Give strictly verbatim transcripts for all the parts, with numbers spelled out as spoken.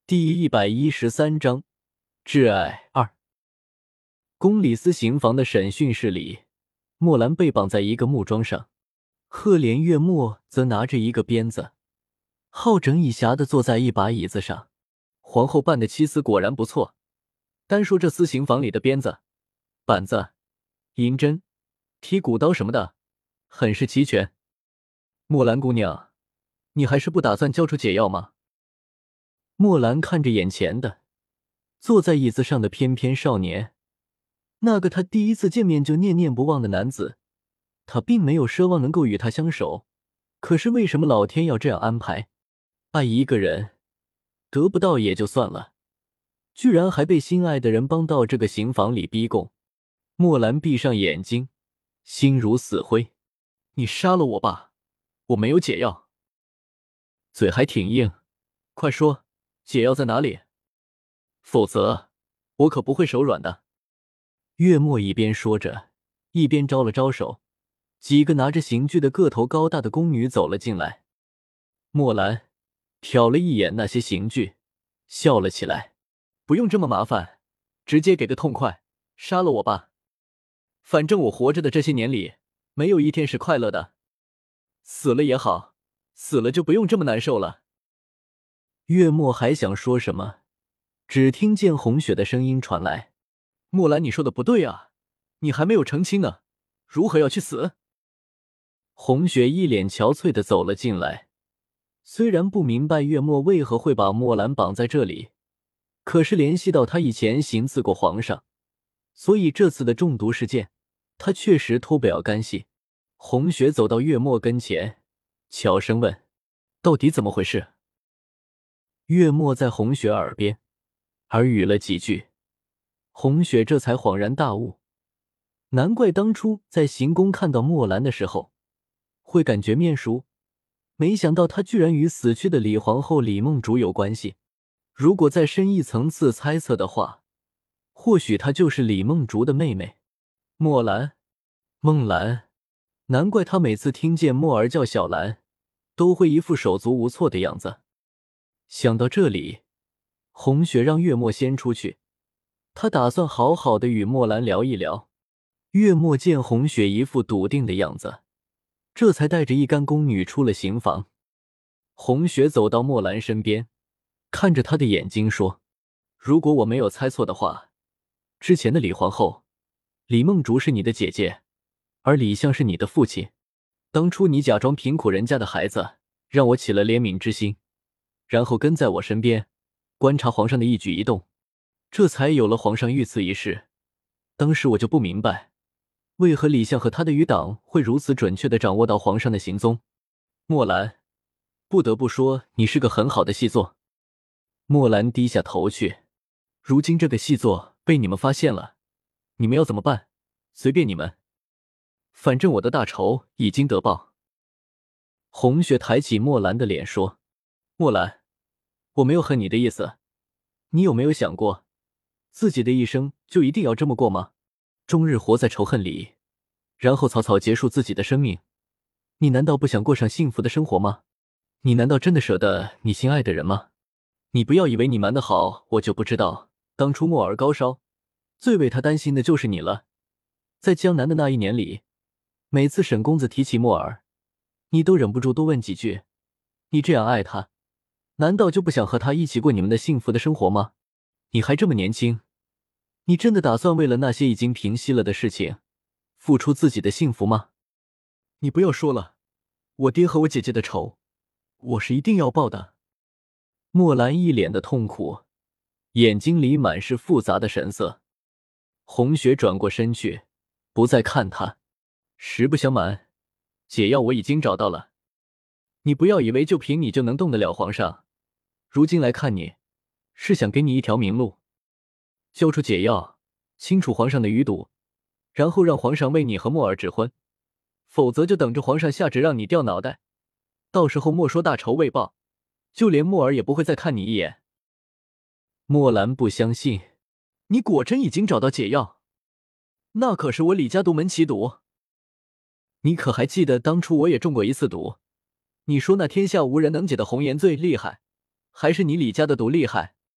第一百一十三章挚爱二。宫里私刑房的审讯室里，墨兰被绑在一个木桩上，赫连月墨则拿着一个鞭子，好整以暇地坐在一把椅子上。皇后办的七司果然不错，单说这私刑房里的鞭子、板子、银针、剔骨刀什么的，很是齐全。墨兰姑娘，你还是不打算交出解药吗？墨兰看着眼前的坐在椅子上的翩翩少年，那个他第一次见面就念念不忘的男子，他并没有奢望能够与他相守，可是为什么老天要这样安排？爱一个人得不到也就算了，居然还被心爱的人帮到这个刑房里逼供。墨兰闭上眼睛，心如死灰。你杀了我吧，我没有解药。嘴还挺硬，快说解药在哪里？否则我可不会手软的。月墨一边说着，一边招了招手，几个拿着刑具的个头高大的宫女走了进来。墨兰瞟了一眼那些刑具，笑了起来。不用这么麻烦，直接给个痛快，杀了我吧。反正我活着的这些年里，没有一天是快乐的。死了也好，死了就不用这么难受了。月墨还想说什么，只听见红雪的声音传来：墨兰，你说的不对啊，你还没有成亲呢，如何要去死？红雪一脸憔悴地走了进来，虽然不明白月墨为何会把墨兰绑在这里，可是联系到他以前行刺过皇上，所以这次的中毒事件他确实脱不了干系。红雪走到月墨跟前，悄声问：到底怎么回事？月墨在红雪耳边耳语了几句，红雪这才恍然大悟，难怪当初在行宫看到墨兰的时候会感觉面熟，没想到她居然与死去的李皇后李梦竹有关系。如果再深一层次猜测的话，或许她就是李梦竹的妹妹。墨兰，梦兰，难怪她每次听见墨儿叫小兰都会一副手足无措的样子。想到这里，红雪让月墨先出去，她打算好好的与墨兰聊一聊。月墨见红雪一副笃定的样子，这才带着一干宫女出了刑房。红雪走到墨兰身边，看着她的眼睛说：如果我没有猜错的话，之前的李皇后李梦竹是你的姐姐，而李相是你的父亲。当初你假装贫苦人家的孩子，让我起了怜悯之心，然后跟在我身边观察皇上的一举一动，这才有了皇上遇刺一事。当时我就不明白，为何李相和他的余党会如此准确地掌握到皇上的行踪。墨兰，不得不说你是个很好的细作。墨兰低下头去，如今这个细作被你们发现了，你们要怎么办？随便你们，反正我的大仇已经得报。红雪抬起墨兰的脸说：墨兰，我没有恨你的意思，你有没有想过，自己的一生就一定要这么过吗？终日活在仇恨里，然后草草结束自己的生命，你难道不想过上幸福的生活吗？你难道真的舍得你心爱的人吗？你不要以为你瞒得好，我就不知道，当初墨儿高烧，最为他担心的就是你了。在江南的那一年里，每次沈公子提起墨儿，你都忍不住多问几句，你这样爱他，难道就不想和他一起过你们的幸福的生活吗？你还这么年轻，你真的打算为了那些已经平息了的事情，付出自己的幸福吗？你不要说了，我爹和我姐姐的仇，我是一定要报的。墨兰一脸的痛苦，眼睛里满是复杂的神色。红雪转过身去，不再看他。实不相瞒，解药我已经找到了。你不要以为就凭你就能动得了皇上，如今来看你，是想给你一条明路。交出解药，清除皇上的余毒，然后让皇上为你和墨儿指婚，否则就等着皇上下旨让你掉脑袋，到时候莫说大仇未报，就连墨儿也不会再看你一眼。墨兰不相信，你果真已经找到解药？那可是我李家独门奇毒。你可还记得当初我也中过一次毒，你说那天下无人能解的红颜最厉害，还是你李家的毒厉害？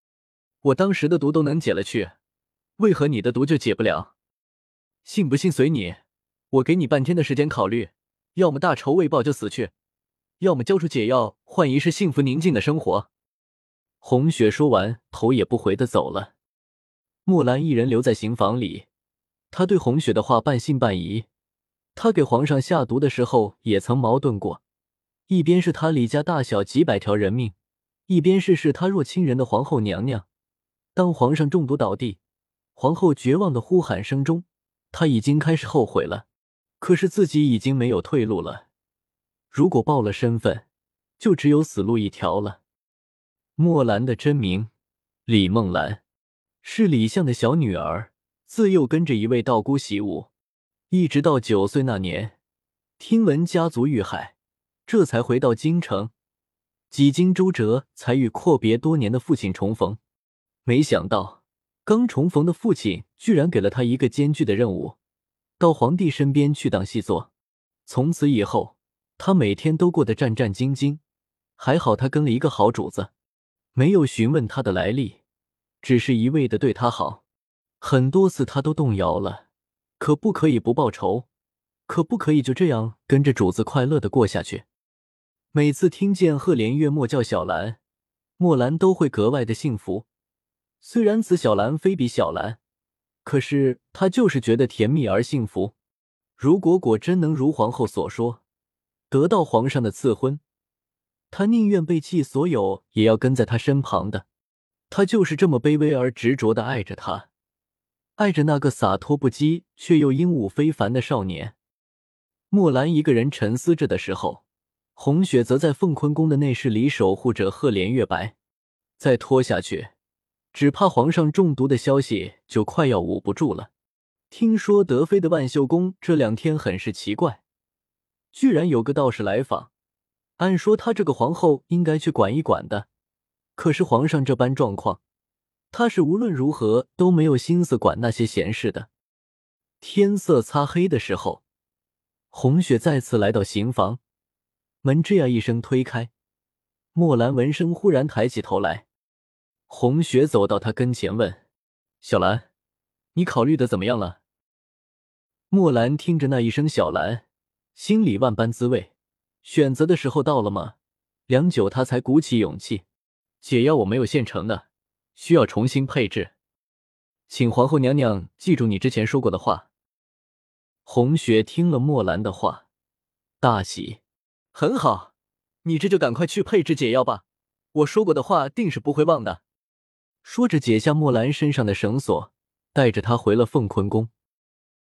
我当时的毒都能解了去，为何你的毒就解不了？信不信随你，我给你半天的时间考虑，要么大仇未报就死去，要么交出解药换一世幸福宁静的生活。红雪说完，头也不回地走了。墨兰一人留在刑房里，他对红雪的话半信半疑。他给皇上下毒的时候也曾矛盾过，一边是他李家大小几百条人命，一边是视他若亲人的皇后娘娘。当皇上中毒倒地，皇后绝望的呼喊声中，他已经开始后悔了，可是自己已经没有退路了。如果报了身份，就只有死路一条了。墨兰的真名李梦兰，是李相的小女儿，自幼跟着一位道姑习武，一直到九岁那年，听闻家族遇害，这才回到京城，几经周折才与阔别多年的父亲重逢。没想到刚重逢的父亲居然给了他一个艰巨的任务，到皇帝身边去当细作。从此以后，他每天都过得战战兢兢，还好他跟了一个好主子，没有询问他的来历，只是一味的对他好。很多次他都动摇了，可不可以不报仇？可不可以就这样跟着主子快乐的过下去？每次听见赫连月末叫小兰，墨兰都会格外的幸福。虽然此小兰非比小兰，可是她就是觉得甜蜜而幸福。如果果真能如皇后所说，得到皇上的赐婚，她宁愿背弃所有，也要跟在他身旁的。她就是这么卑微而执着地爱着他，爱着那个洒脱不羁却又英武非凡的少年。墨兰一个人沉思着的时候，红雪则在凤坤宫的内室里守护着赫连月白。再拖下去，只怕皇上中毒的消息就快要捂不住了。听说德妃的万秀宫这两天很是奇怪，居然有个道士来访。按说他这个皇后应该去管一管的，可是皇上这般状况，他是无论如何都没有心思管那些闲事的。天色擦黑的时候，红雪再次来到刑房，门吱呀一声推开，墨兰闻声忽然抬起头来。红雪走到他跟前问：小兰，你考虑的怎么样了？墨兰听着那一声小兰，心里万般滋味。选择的时候到了吗？良久他才鼓起勇气：解药我没有现成的，需要重新配置，请皇后娘娘记住你之前说过的话。红雪听了墨兰的话，大喜：很好，你这就赶快去配置解药吧，我说过的话定是不会忘的。说着解下墨兰身上的绳索，带着她回了凤坤宫。